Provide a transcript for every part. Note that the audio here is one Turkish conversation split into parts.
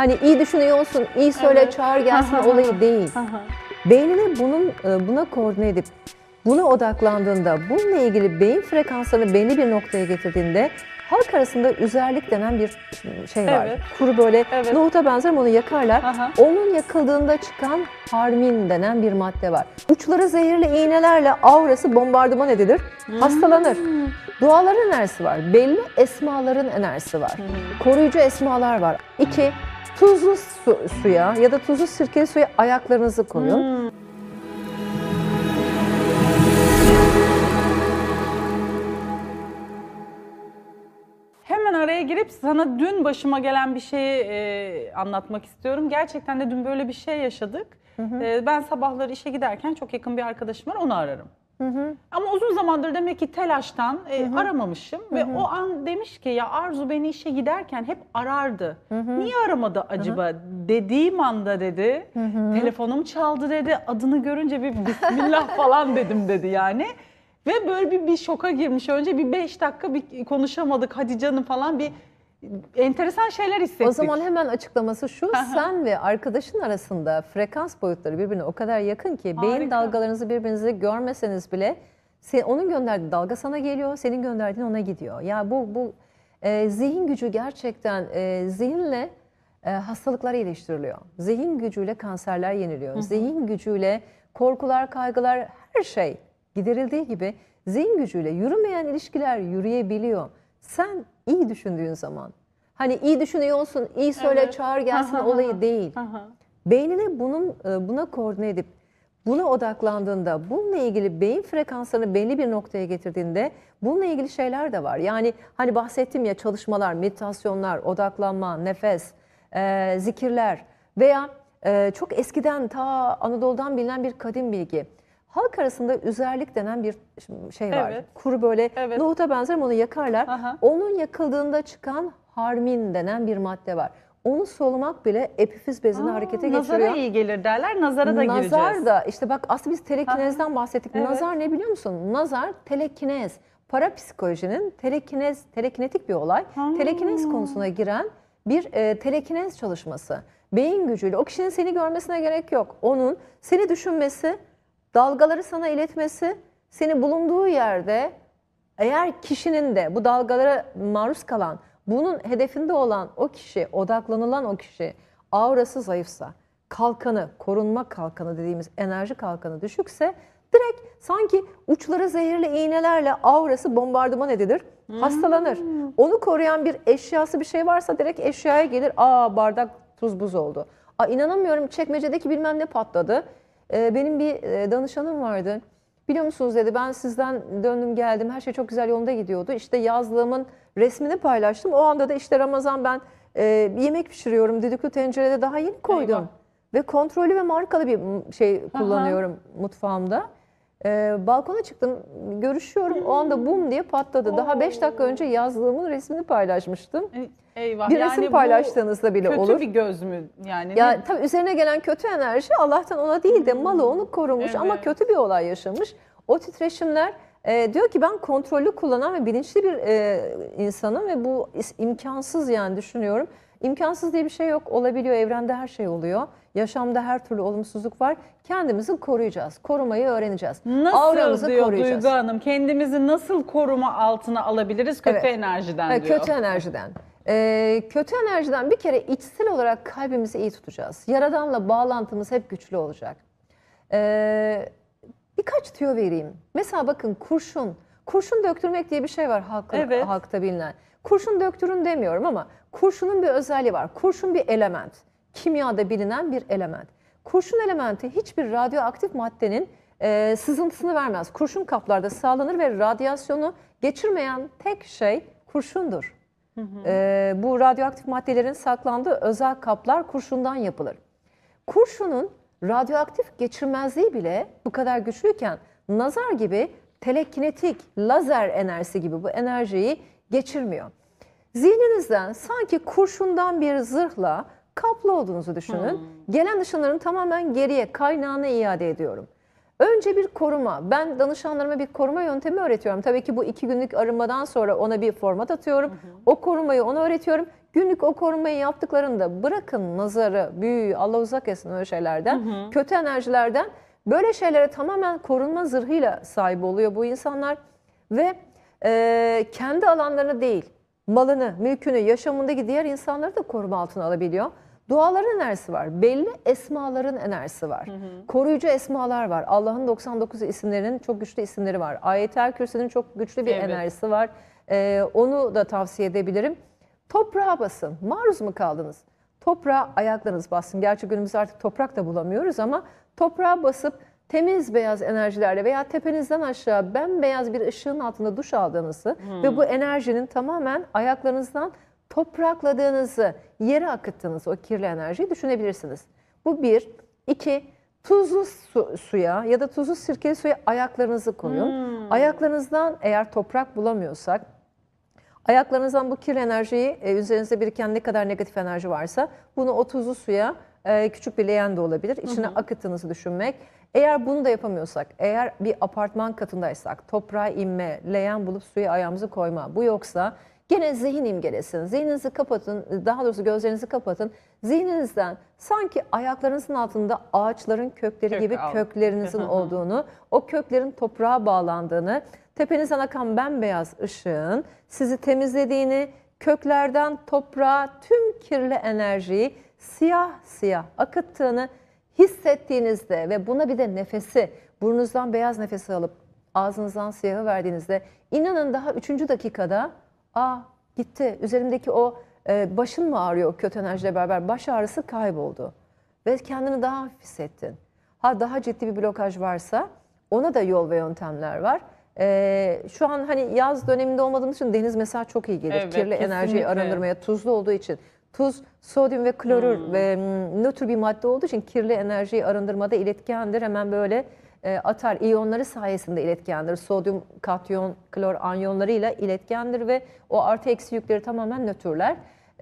Hani iyi düşün iyi olsun, iyi söyle Evet. çağır gelsin olayı değil. Beynini buna koordine edip buna odaklandığında, bununla ilgili beyin frekanslarını belli bir noktaya getirdiğinde halk arasında üzerlik denen bir şey var. Evet. Kuru böyle Evet. nohuta benzer onu yakarlar. Aha. Onun yakıldığında çıkan harmin denen bir madde var. Uçları zehirli iğnelerle aurası bombardıman edilir, hastalanır. Duaların enerjisi var. Belli esmaların enerjisi var. Koruyucu esmalar var. 2. Tuzlu suya ya da tuzlu sirkeli suya ayaklarınızı koyun. Hemen araya girip sana dün başıma gelen bir şeyi anlatmak istiyorum. Gerçekten de dün böyle bir şey yaşadık. Ben sabahları işe giderken çok yakın bir arkadaşım var, onu ararım. Ama uzun zamandır demek ki telaştan aramamışım ve o an demiş ki ya Arzu beni işe giderken hep arardı. Niye aramadı acaba dediğim anda dedi. Telefonum çaldı dedi. Adını görünce bir bismillah falan dedim dedi yani. Ve böyle bir şoka girmiş. Önce bir 5 dakika bir konuşamadık. Hadi canım falan bir enteresan şeyler hissettik. O zaman hemen açıklaması şu, sen ve arkadaşın arasında frekans boyutları birbirine o kadar yakın ki beyin Harika. dalgalarınızı birbirinize görmeseniz bile onun gönderdiği dalga sana geliyor, senin gönderdiğin ona gidiyor. Ya bu zihin gücü gerçekten zihinle hastalıklar iyileştiriliyor. Zihin gücüyle kanserler yeniliyor. Zihin gücüyle korkular, kaygılar her şey giderildiği gibi zihin gücüyle yürümeyen ilişkiler yürüyebiliyor. Sen iyi düşündüğün zaman, hani iyi düşün iyi olsun, iyi söyle çağır gelsin olayı değil. Beynini buna koordine edip buna odaklandığında, bununla ilgili beyin frekanslarını belli bir noktaya getirdiğinde bununla ilgili şeyler de var. Yani hani bahsettim ya, çalışmalar, meditasyonlar, odaklanma, nefes, zikirler veya çok eskiden ta Anadolu'dan bilinen bir kadim bilgi. Halk arasında üzerlik denen bir şey var. Evet. Kuru böyle Evet. nohuta benzer, onu yakarlar. Onun yakıldığında çıkan harmin denen bir madde var. Onu solumak bile epifiz bezini harekete geçiriyor. Nazara iyi gelir derler. Nazara da gireceğiz. Nazar da işte bak, aslında biz telekinezden bahsettik. Evet. Nazar ne biliyor musun? Nazar telekinez. Parapsikolojinin telekinetik bir olay. Telekinez konusuna giren bir telekinez çalışması. Beyin gücüyle o kişinin seni görmesine gerek yok. Onun seni düşünmesi, dalgaları sana iletmesi, seni bulunduğu yerde, eğer kişinin de bu dalgalara maruz kalan, bunun hedefinde olan o kişi, odaklanılan o kişi aurası zayıfsa, kalkanı, korunma kalkanı dediğimiz enerji kalkanı düşükse direkt sanki uçları zehirli iğnelerle aurası bombardıman edilir, hastalanır. Onu koruyan bir eşyası, bir şey varsa direkt eşyaya gelir. Bardak tuz buz oldu. İnanamıyorum, çekmecedeki bilmem ne patladı. Benim bir danışanım vardı. Biliyor musunuz dedi, ben sizden döndüm geldim, her şey çok güzel yolunda gidiyordu. İşte yazlığımın resmini paylaştım. O anda da işte Ramazan, ben yemek pişiriyorum, düdüklü tencerede daha yeni koydum. Eyvah. Ve kontrollü ve markalı bir şey kullanıyorum mutfağımda. Balkona çıktım, görüşüyorum, o anda bum diye patladı. Daha 5 dakika önce yazlığımın resmini paylaşmıştım. Eyvah. Bir resim bu paylaştığınızda bile kötü olur. bir göz mü yani? Ya tabii üzerine gelen kötü enerji Allah'tan ona değil de malı onu korumuş ama Evet. kötü bir olay yaşamış. O titreşimler diyor ki ben kontrollü kullanan ve bilinçli bir insanım ve bu imkansız yani, düşünüyorum. İmkansız diye bir şey yok, olabiliyor, evrende her şey oluyor. Yaşamda her türlü olumsuzluk var. Kendimizi koruyacağız, korumayı öğreneceğiz. Nasıl Auramızı diyor koruyacağız. Duygu Hanım? Kendimizi nasıl koruma altına alabiliriz kötü Evet. enerjiden diyor. Kötü enerjiden. Kötü enerjiden bir kere içsel olarak kalbimizi iyi tutacağız. Yaradanla bağlantımız hep güçlü olacak. Birkaç tüyo vereyim. Mesela bakın, kurşun döktürmek diye bir şey var Evet. halkta bilinen. Kurşun döktürün demiyorum ama kurşunun bir özelliği var. Kurşun bir element. Kimyada bilinen bir element. Kurşun elementi hiçbir radyoaktif maddenin sızıntısını vermez. Kurşun kaplarda sağlanır ve radyasyonu geçirmeyen tek şey kurşundur. Bu radyoaktif maddelerin saklandığı özel kaplar kurşundan yapılır. Kurşunun radyoaktif geçirmezliği bile bu kadar güçlüyken nazar gibi telekinetik, lazer enerjisi gibi bu enerjiyi geçirmiyor. Zihninizden sanki kurşundan bir zırhla kaplı olduğunuzu düşünün. Gelen ışınların tamamen geriye, kaynağına iade ediyorum. Önce bir koruma. Ben danışanlarıma bir koruma yöntemi öğretiyorum. Tabii ki bu 2 günlük arınmadan sonra ona bir format atıyorum. O korumayı ona öğretiyorum. günlük o korumayı yaptıklarında bırakın nazarı, büyüyü, Allah uzak etsin öyle şeylerden, kötü enerjilerden, böyle şeylere tamamen korunma zırhıyla sahip oluyor bu insanlar ve kendi alanlarını değil, malını, mülkünü, yaşamındaki diğer insanları da koruma altına alabiliyor. Duaların enerjisi var. Belli esmaların enerjisi var. Koruyucu esmalar var. Allah'ın 99 isimlerinin çok güçlü isimleri var. Ayet-el Kürsü'nün çok güçlü bir enerjisi var. Onu da tavsiye edebilirim. Toprağa basın. Maruz mu kaldınız? Toprağa ayaklarınız bassın. Gerçi günümüzde artık toprak da bulamıyoruz ama toprağa basıp temiz beyaz enerjilerle veya tepenizden aşağı bembeyaz bir ışığın altında duş aldığınızı ve bu enerjinin tamamen ayaklarınızdan toprakladığınızı, yere akıttığınızı, o kirli enerjiyi düşünebilirsiniz. Bu bir. İki, tuzlu suya ya da tuzlu sirkeli suya ayaklarınızı koyun. Ayaklarınızdan eğer toprak bulamıyorsak, ayaklarınızdan bu kirli enerjiyi, üzerinizde biriken ne kadar negatif enerji varsa bunu o tuzlu suya, küçük bir leğen de olabilir, içine akıttığınızı düşünmek. Eğer bunu da yapamıyorsak, eğer bir apartman katındaysak, toprağa inme, leğen bulup suya ayağımızı koyma, bu yoksa gene zihin imgelesin. Zihninizi kapatın, daha doğrusu gözlerinizi kapatın. Zihninizden sanki ayaklarınızın altında ağaçların kökleri gibi köklerinizin olduğunu, o köklerin toprağa bağlandığını, tepenizden akan bembeyaz ışığın sizi temizlediğini, köklerden toprağa tüm kirli enerjiyi siyah siyah akıttığını hissettiğinizde ve buna bir de nefesi, burnunuzdan beyaz nefesi alıp ağzınızdan siyahı verdiğinizde, inanın daha 3. dakikada gitti, üzerimdeki o başın mı ağrıyor, o kötü enerjiyle beraber baş ağrısı kayboldu ve kendini daha hafif hissettin. Daha ciddi bir blokaj varsa ona da yol ve yöntemler var. Şu an hani yaz döneminde olmadığımız için deniz mesela çok iyi gelir. Evet, kirli enerjiyi arındırmaya, tuzlu olduğu için. Tuz, sodyum ve klorür ve nötr bir madde olduğu için kirli enerjiyi arındırmada iletkendir. Hemen böyle atar. İyonları sayesinde iletkendir. Sodyum, katyon, klor anyonlarıyla iletkendir ve o artı eksi yükleri tamamen nötrler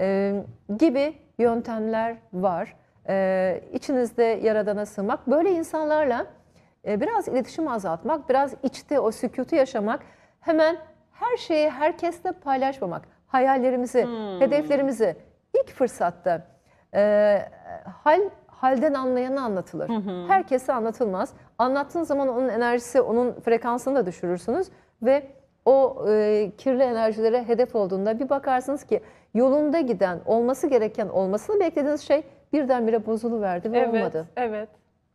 gibi yöntemler var. İçinizde Yaradan'a sığmak. Böyle insanlarla biraz iletişim azaltmak, biraz içte o sükutu yaşamak, hemen her şeyi herkesle paylaşmamak, hayallerimizi, hedeflerimizi ilk fırsatta halden anlayana anlatılır. Herkese anlatılmaz. Anlattığın zaman onun enerjisi, onun frekansını da düşürürsünüz ve o kirli enerjilere hedef olduğunda bir bakarsınız ki yolunda giden, olması gereken, olmasını beklediğiniz şey birdenbire bozuluverdi ve olmadı. Evet.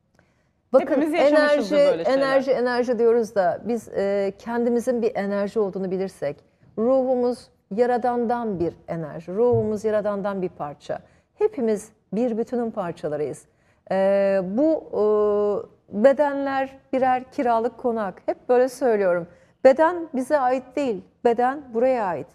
Bakın böyle enerji diyoruz da biz kendimizin bir enerji olduğunu bilirsek, ruhumuz Yaradan'dan bir enerji, ruhumuz Yaradan'dan bir parça. Hepimiz bir bütünün parçalarıyız. Bu bedenler birer kiralık konak. Hep böyle söylüyorum. Beden bize ait değil, beden buraya ait.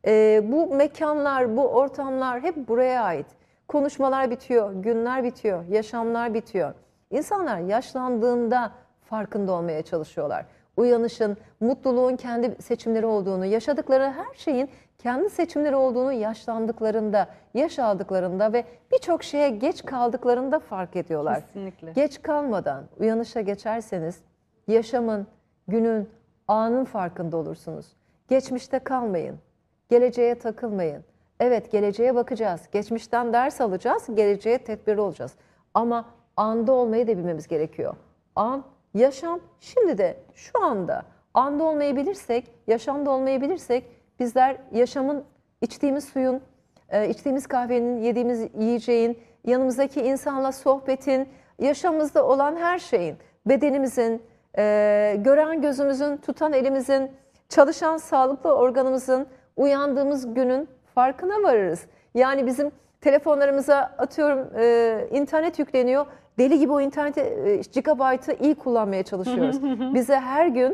Bu mekanlar, bu ortamlar hep buraya ait. Konuşmalar bitiyor, günler bitiyor, yaşamlar bitiyor. İnsanlar yaşlandığında farkında olmaya çalışıyorlar. Uyanışın, mutluluğun kendi seçimleri olduğunu, yaşadıkları her şeyin kendi seçimleri olduğunu yaşlandıklarında, yaş aldıklarında ve birçok şeye geç kaldıklarında fark ediyorlar. Kesinlikle. Geç kalmadan uyanışa geçerseniz yaşamın, günün, anın farkında olursunuz. Geçmişte kalmayın, geleceğe takılmayın. Evet, geleceğe bakacağız, geçmişten ders alacağız, geleceğe tedbirli olacağız. Ama anda olmayı da bilmemiz gerekiyor. An, yaşam şimdi de, şu anda. Anda olmayı bilirsek, yaşamda olmayı bilirsek bizler yaşamın, içtiğimiz suyun, içtiğimiz kahvenin, yediğimiz yiyeceğin, yanımızdaki insanla sohbetin, yaşamımızda olan her şeyin, bedenimizin, gören gözümüzün, tutan elimizin, çalışan sağlıklı organımızın, uyandığımız günün farkına varırız. Yani bizim telefonlarımıza atıyorum internet yükleniyor. Deli gibi o internet gigabaytı iyi kullanmaya çalışıyoruz. Bize her gün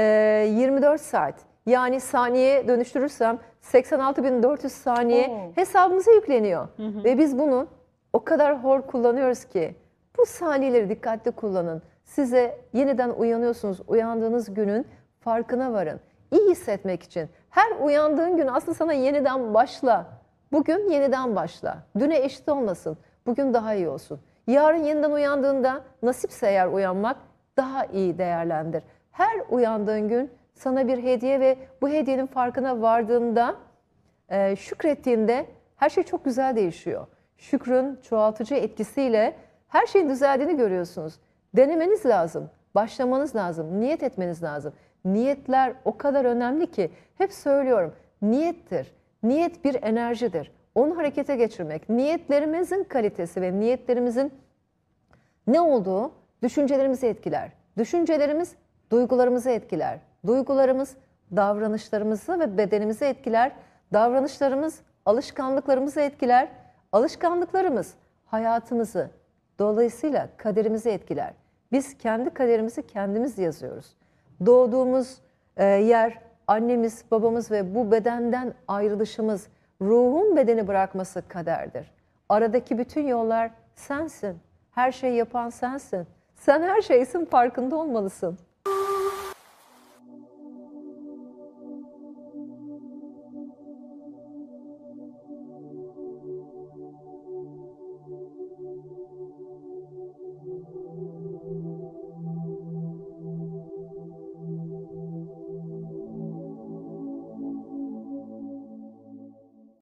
24 saat, yani saniyeye dönüştürürsem 86.400 saniye hesabımıza yükleniyor. Ve biz bunu o kadar hor kullanıyoruz ki bu saniyeleri dikkatli kullanın. Size yeniden uyanıyorsunuz. Uyandığınız günün farkına varın. İyi hissetmek için. Her uyandığın gün aslında sana yeniden başla. Bugün yeniden başla. Düne eşit olmasın. Bugün daha iyi olsun. Yarın yeniden uyandığında nasipse eğer uyanmak daha iyi değerlendir. Her uyandığın gün sana bir hediye ve bu hediyenin farkına vardığında, şükrettiğinde her şey çok güzel değişiyor. Şükrün çoğaltıcı etkisiyle her şeyin düzeldiğini görüyorsunuz. Denemeniz lazım, başlamanız lazım, niyet etmeniz lazım. Niyetler o kadar önemli ki hep söylüyorum, niyettir. Niyet bir enerjidir. Onu harekete geçirmek, niyetlerimizin kalitesi ve niyetlerimizin ne olduğu düşüncelerimizi etkiler. Düşüncelerimiz duygularımızı etkiler. Duygularımız davranışlarımızı ve bedenimizi etkiler. Davranışlarımız alışkanlıklarımızı etkiler. Alışkanlıklarımız hayatımızı, dolayısıyla kaderimizi etkiler. Biz kendi kaderimizi kendimiz yazıyoruz. Doğduğumuz yer, annemiz, babamız ve bu bedenden ayrılışımız, ruhun bedeni bırakması kaderdir. Aradaki bütün yollar sensin. Her şeyi yapan sensin. Sen her şeysin, farkında olmalısın.